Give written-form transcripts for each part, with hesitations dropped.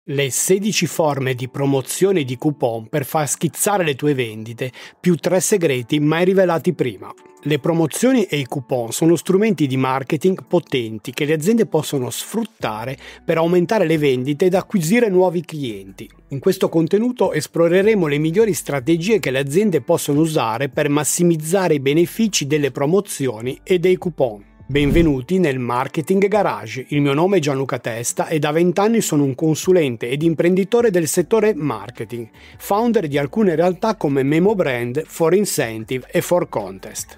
Le 16 forme di promozione di coupon per far schizzare le tue vendite, più 3 segreti mai rivelati prima. Le promozioni e i coupon sono strumenti di marketing potenti che le aziende possono sfruttare per aumentare le vendite ed acquisire nuovi clienti. In questo contenuto esploreremo le migliori strategie che le aziende possono usare per massimizzare i benefici delle promozioni e dei coupon. Benvenuti nel Marketing Garage, il mio nome è Gianluca Testa e da 20 anni sono un consulente ed imprenditore del settore marketing, founder di alcune realtà come Memo Brand, For Incentive e For Contest.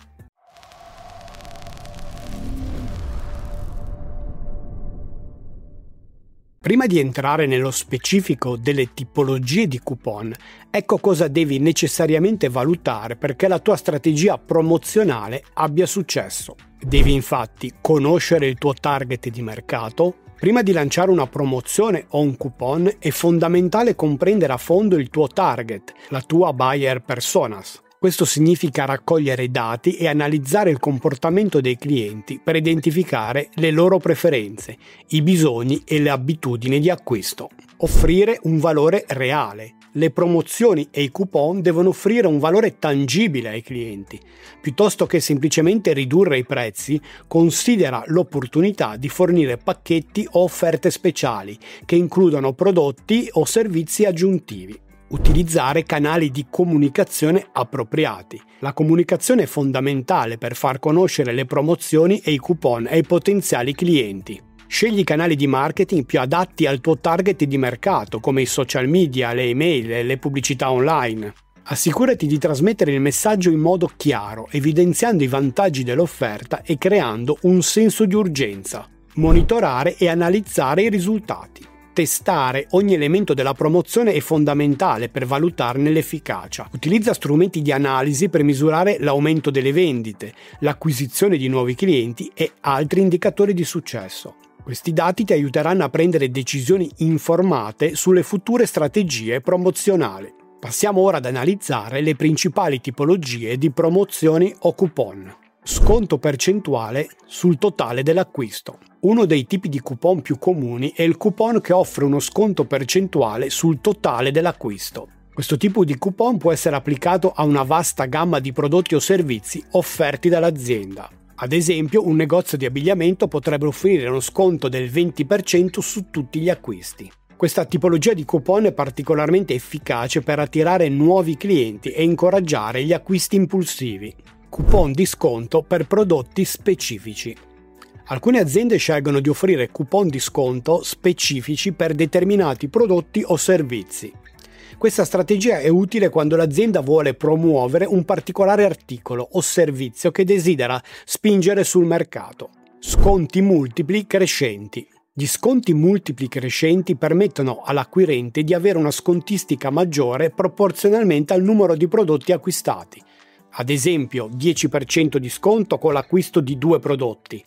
Prima di entrare nello specifico delle tipologie di coupon, ecco cosa devi necessariamente valutare perché la tua strategia promozionale abbia successo. Devi infatti conoscere il tuo target di mercato. Prima di lanciare una promozione o un coupon è fondamentale comprendere a fondo il tuo target, la tua buyer personas. Questo significa raccogliere dati e analizzare il comportamento dei clienti per identificare le loro preferenze, i bisogni e le abitudini di acquisto. Offrire un valore reale. Le promozioni e i coupon devono offrire un valore tangibile ai clienti. Piuttosto che semplicemente ridurre i prezzi, considera l'opportunità di fornire pacchetti o offerte speciali che includano prodotti o servizi aggiuntivi. Utilizzare canali di comunicazione appropriati. La comunicazione è fondamentale per far conoscere le promozioni e i coupon ai potenziali clienti. Scegli i canali di marketing più adatti al tuo target di mercato, come i social media, le email e le pubblicità online. Assicurati di trasmettere il messaggio in modo chiaro, evidenziando i vantaggi dell'offerta e creando un senso di urgenza. Monitorare e analizzare i risultati. Testare ogni elemento della promozione è fondamentale per valutarne l'efficacia. Utilizza strumenti di analisi per misurare l'aumento delle vendite, l'acquisizione di nuovi clienti e altri indicatori di successo. Questi dati ti aiuteranno a prendere decisioni informate sulle future strategie promozionali. Passiamo ora ad analizzare le principali tipologie di promozioni o coupon. Sconto percentuale sul totale dell'acquisto. Uno dei tipi di coupon più comuni è il coupon che offre uno sconto percentuale sul totale dell'acquisto. Questo tipo di coupon può essere applicato a una vasta gamma di prodotti o servizi offerti dall'azienda. Ad esempio, un negozio di abbigliamento potrebbe offrire uno sconto del 20% su tutti gli acquisti. Questa tipologia di coupon è particolarmente efficace per attirare nuovi clienti e incoraggiare gli acquisti impulsivi. Coupon di sconto per prodotti specifici. Alcune aziende scelgono di offrire coupon di sconto specifici per determinati prodotti o servizi. Questa strategia è utile quando l'azienda vuole promuovere un particolare articolo o servizio che desidera spingere sul mercato. Sconti multipli crescenti. Gli sconti multipli crescenti permettono all'acquirente di avere una scontistica maggiore proporzionalmente al numero di prodotti acquistati. Ad esempio, 10% di sconto con l'acquisto di 2 prodotti,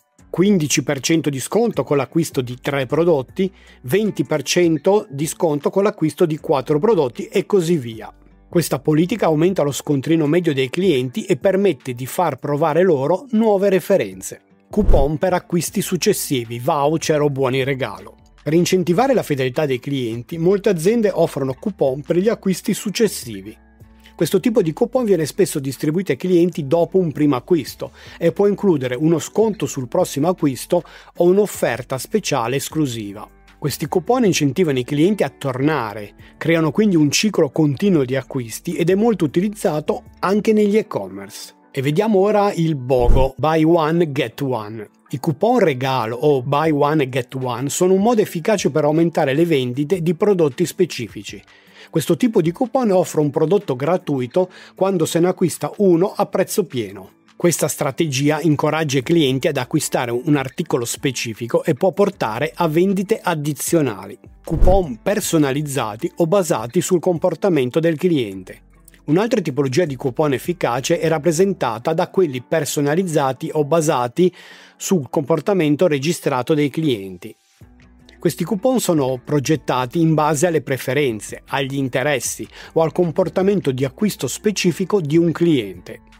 15% di sconto con l'acquisto di 3 prodotti, 20% di sconto con l'acquisto di 4 prodotti e così via. Questa politica aumenta lo scontrino medio dei clienti e permette di far provare loro nuove referenze. Coupon per acquisti successivi, voucher o buoni regalo. Per incentivare la fedeltà dei clienti, molte aziende offrono coupon per gli acquisti successivi. Questo tipo di coupon viene spesso distribuito ai clienti dopo un primo acquisto e può includere uno sconto sul prossimo acquisto o un'offerta speciale esclusiva. Questi coupon incentivano i clienti a tornare, creano quindi un ciclo continuo di acquisti ed è molto utilizzato anche negli e-commerce. E vediamo ora il BOGO, Buy One Get One. I coupon regalo o Buy One Get One sono un modo efficace per aumentare le vendite di prodotti specifici. Questo tipo di coupon offre un prodotto gratuito quando se ne acquista uno a prezzo pieno. Questa strategia incoraggia i clienti ad acquistare un articolo specifico e può portare a vendite addizionali. Coupon personalizzati o basati sul comportamento del cliente. Un'altra tipologia di coupon efficace è rappresentata da quelli personalizzati o basati sul comportamento registrato dei clienti. Questi coupon sono progettati in base alle preferenze, agli interessi o al comportamento di acquisto specifico di un cliente.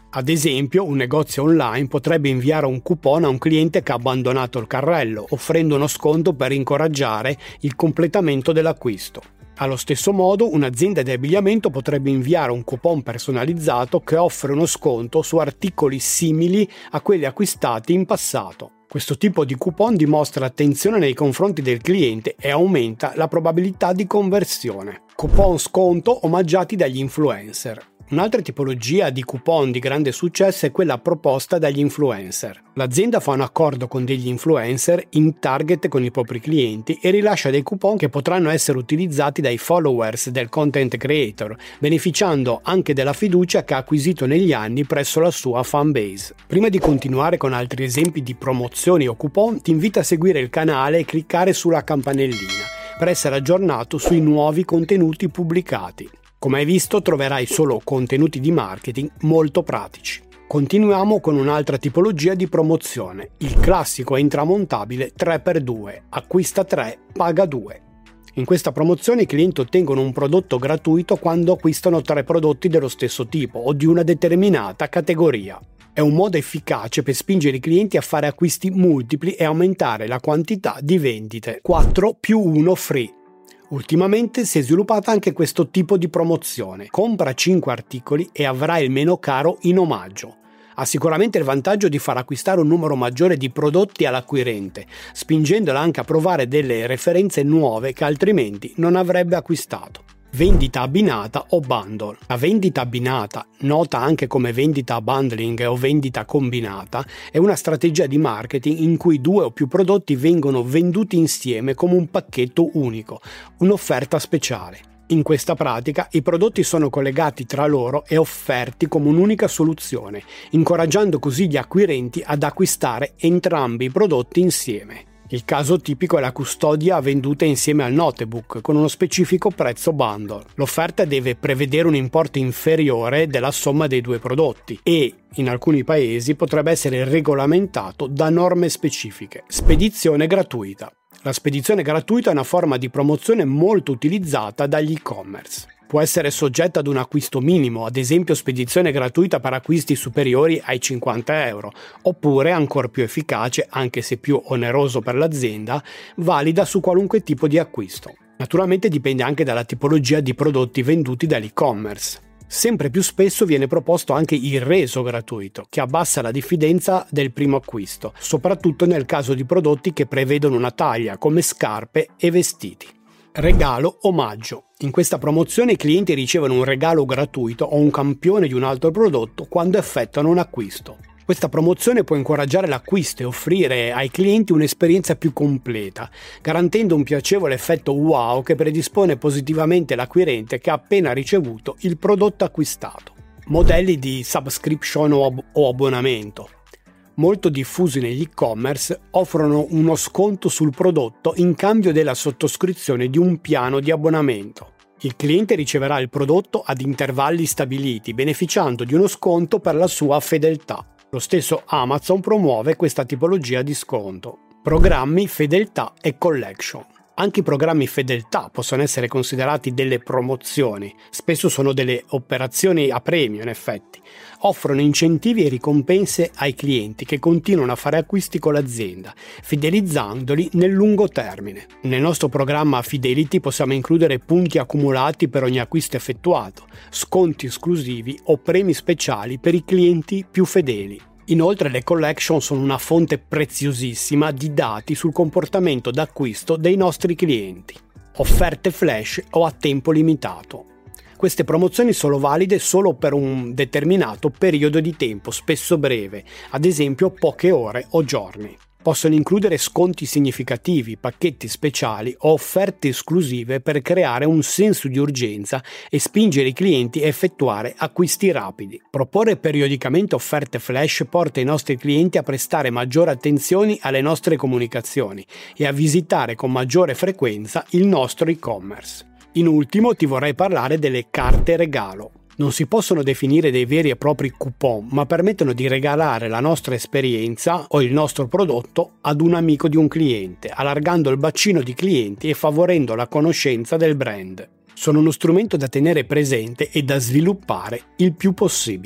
Ad esempio, un negozio online potrebbe inviare un coupon a un cliente che ha abbandonato il carrello, offrendo uno sconto per incoraggiare il completamento dell'acquisto. Allo stesso modo, un'azienda di abbigliamento potrebbe inviare un coupon personalizzato che offre uno sconto su articoli simili a quelli acquistati in passato. Questo tipo di coupon dimostra attenzione nei confronti del cliente e aumenta la probabilità di conversione. Coupon sconto omaggiati dagli influencer. Un'altra tipologia di coupon di grande successo è quella proposta dagli influencer. L'azienda fa un accordo con degli influencer in target con i propri clienti e rilascia dei coupon che potranno essere utilizzati dai followers del content creator, beneficiando anche della fiducia che ha acquisito negli anni presso la sua fanbase. Prima di continuare con altri esempi di promozioni o coupon, ti invito a seguire il canale e cliccare sulla campanellina per essere aggiornato sui nuovi contenuti pubblicati. Come hai visto, troverai solo contenuti di marketing molto pratici. Continuiamo con un'altra tipologia di promozione, il classico e intramontabile 3x2, acquista 3, paga 2. In questa promozione i clienti ottengono un prodotto gratuito quando acquistano 3 prodotti dello stesso tipo o di una determinata categoria. È un modo efficace per spingere i clienti a fare acquisti multipli e aumentare la quantità di vendite. 4 più 1 free. Ultimamente si è sviluppata anche questo tipo di promozione. Compra 5 articoli e avrai il meno caro in omaggio. Ha sicuramente il vantaggio di far acquistare un numero maggiore di prodotti all'acquirente, spingendola anche a provare delle referenze nuove che altrimenti non avrebbe acquistato. Vendita abbinata o bundle. La vendita abbinata, nota anche come vendita bundling o vendita combinata, è una strategia di marketing in cui 2 o più prodotti vengono venduti insieme come un pacchetto unico, un'offerta speciale. In questa pratica i prodotti sono collegati tra loro e offerti come un'unica soluzione, incoraggiando così gli acquirenti ad acquistare entrambi i prodotti insieme. Il caso tipico è la custodia venduta insieme al notebook con uno specifico prezzo bundle. L'offerta deve prevedere un importo inferiore della somma dei 2 prodotti e, in alcuni paesi, potrebbe essere regolamentato da norme specifiche. Spedizione gratuita. La spedizione gratuita è una forma di promozione molto utilizzata dagli e-commerce. Può essere soggetta ad un acquisto minimo, ad esempio spedizione gratuita per acquisti superiori ai 50 euro, oppure, ancora più efficace, anche se più oneroso per l'azienda, valida su qualunque tipo di acquisto. Naturalmente dipende anche dalla tipologia di prodotti venduti dall'e-commerce. Sempre più spesso viene proposto anche il reso gratuito, che abbassa la diffidenza del primo acquisto, soprattutto nel caso di prodotti che prevedono una taglia, come scarpe e vestiti. Regalo omaggio. In questa promozione i clienti ricevono un regalo gratuito o un campione di un altro prodotto quando effettuano un acquisto. Questa promozione può incoraggiare l'acquisto e offrire ai clienti un'esperienza più completa, garantendo un piacevole effetto wow che predispone positivamente l'acquirente che ha appena ricevuto il prodotto acquistato. Modelli di subscription o abbonamento. Molto diffusi negli e-commerce, offrono uno sconto sul prodotto in cambio della sottoscrizione di un piano di abbonamento. Il cliente riceverà il prodotto ad intervalli stabiliti, beneficiando di uno sconto per la sua fedeltà. Lo stesso Amazon promuove questa tipologia di sconto. Programmi, fedeltà e collection. Anche i programmi fedeltà possono essere considerati delle promozioni, spesso sono delle operazioni a premio in effetti. Offrono incentivi e ricompense ai clienti che continuano a fare acquisti con l'azienda, fidelizzandoli nel lungo termine. Nel nostro programma Fidelity possiamo includere punti accumulati per ogni acquisto effettuato, sconti esclusivi o premi speciali per i clienti più fedeli. Inoltre le collection sono una fonte preziosissima di dati sul comportamento d'acquisto dei nostri clienti. Offerte flash o a tempo limitato. Queste promozioni sono valide solo per un determinato periodo di tempo, spesso breve, ad esempio poche ore o giorni. Possono includere sconti significativi, pacchetti speciali o offerte esclusive per creare un senso di urgenza e spingere i clienti a effettuare acquisti rapidi. Proporre periodicamente offerte flash porta i nostri clienti a prestare maggiore attenzione alle nostre comunicazioni e a visitare con maggiore frequenza il nostro e-commerce. In ultimo ti vorrei parlare delle carte regalo. Non si possono definire dei veri e propri coupon, ma permettono di regalare la nostra esperienza o il nostro prodotto ad un amico di un cliente, allargando il bacino di clienti e favorendo la conoscenza del brand. Sono uno strumento da tenere presente e da sviluppare il più possibile.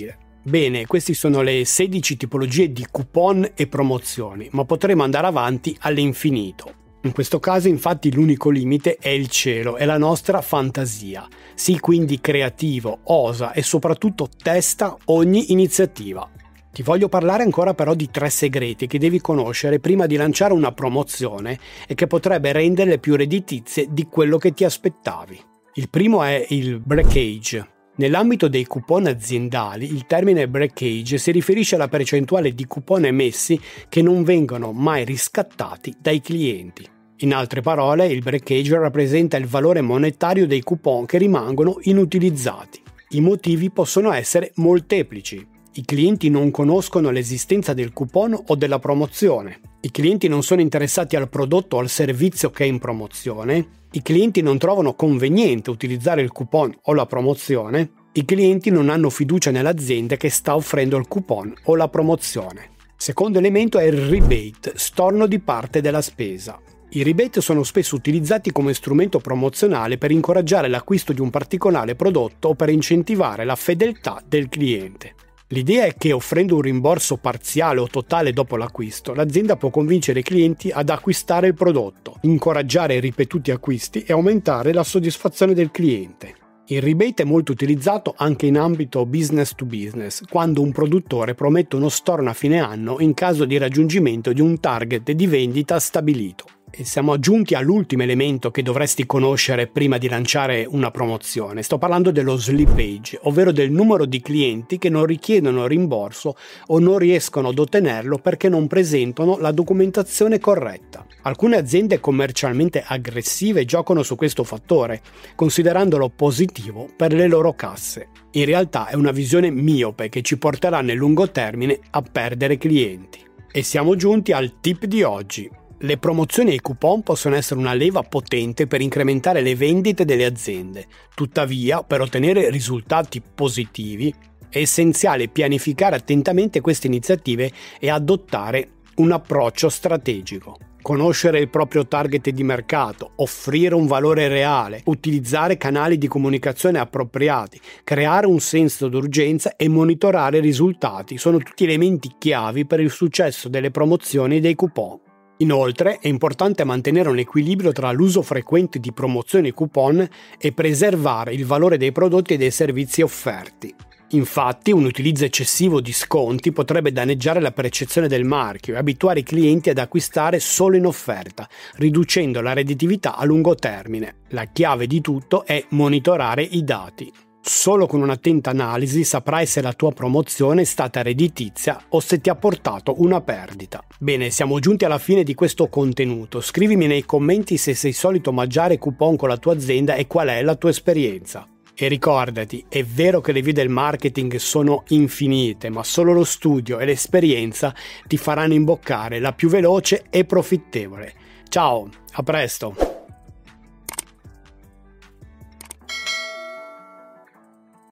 Bene, queste sono le 16 tipologie di coupon e promozioni, ma potremo andare avanti all'infinito. In questo caso infatti l'unico limite è il cielo, è la nostra fantasia. Sii quindi creativo, osa e soprattutto testa ogni iniziativa. Ti voglio parlare ancora però di 3 segreti che devi conoscere prima di lanciare una promozione e che potrebbe renderle più redditizie di quello che ti aspettavi. Il primo è il breakage. Nell'ambito dei coupon aziendali, il termine breakage si riferisce alla percentuale di coupon emessi che non vengono mai riscattati dai clienti. In altre parole, il breakage rappresenta il valore monetario dei coupon che rimangono inutilizzati. I motivi possono essere molteplici. I clienti non conoscono l'esistenza del coupon o della promozione. I clienti non sono interessati al prodotto o al servizio che è in promozione. I clienti non trovano conveniente utilizzare il coupon o la promozione. I clienti non hanno fiducia nell'azienda che sta offrendo il coupon o la promozione. Secondo elemento è il rebate, storno di parte della spesa. I rebate sono spesso utilizzati come strumento promozionale per incoraggiare l'acquisto di un particolare prodotto o per incentivare la fedeltà del cliente. L'idea è che offrendo un rimborso parziale o totale dopo l'acquisto, l'azienda può convincere i clienti ad acquistare il prodotto, incoraggiare i ripetuti acquisti e aumentare la soddisfazione del cliente. Il rebate è molto utilizzato anche in ambito business to business, quando un produttore promette uno storno a fine anno in caso di raggiungimento di un target di vendita stabilito. E siamo giunti all'ultimo elemento che dovresti conoscere prima di lanciare una promozione. Sto parlando dello slippage, ovvero del numero di clienti che non richiedono rimborso o non riescono ad ottenerlo perché non presentano la documentazione corretta. Alcune aziende commercialmente aggressive giocano su questo fattore, considerandolo positivo per le loro casse. In realtà è una visione miope che ci porterà nel lungo termine a perdere clienti. E siamo giunti al tip di oggi. Le promozioni e i coupon possono essere una leva potente per incrementare le vendite delle aziende. Tuttavia, per ottenere risultati positivi, è essenziale pianificare attentamente queste iniziative e adottare un approccio strategico. Conoscere il proprio target di mercato, offrire un valore reale, utilizzare canali di comunicazione appropriati, creare un senso d'urgenza e monitorare i risultati sono tutti elementi chiavi per il successo delle promozioni e dei coupon. Inoltre è importante mantenere un equilibrio tra l'uso frequente di promozioni e coupon e preservare il valore dei prodotti e dei servizi offerti. Infatti, un utilizzo eccessivo di sconti potrebbe danneggiare la percezione del marchio e abituare i clienti ad acquistare solo in offerta, riducendo la redditività a lungo termine. La chiave di tutto è monitorare i dati. Solo con un'attenta analisi saprai se la tua promozione è stata redditizia o se ti ha portato una perdita. Bene, siamo giunti alla fine di questo contenuto. Scrivimi nei commenti se sei solito mangiare coupon con la tua azienda e qual è la tua esperienza. E ricordati, è vero che le vie del marketing sono infinite, ma solo lo studio e l'esperienza ti faranno imboccare la più veloce e profittevole. Ciao, a presto!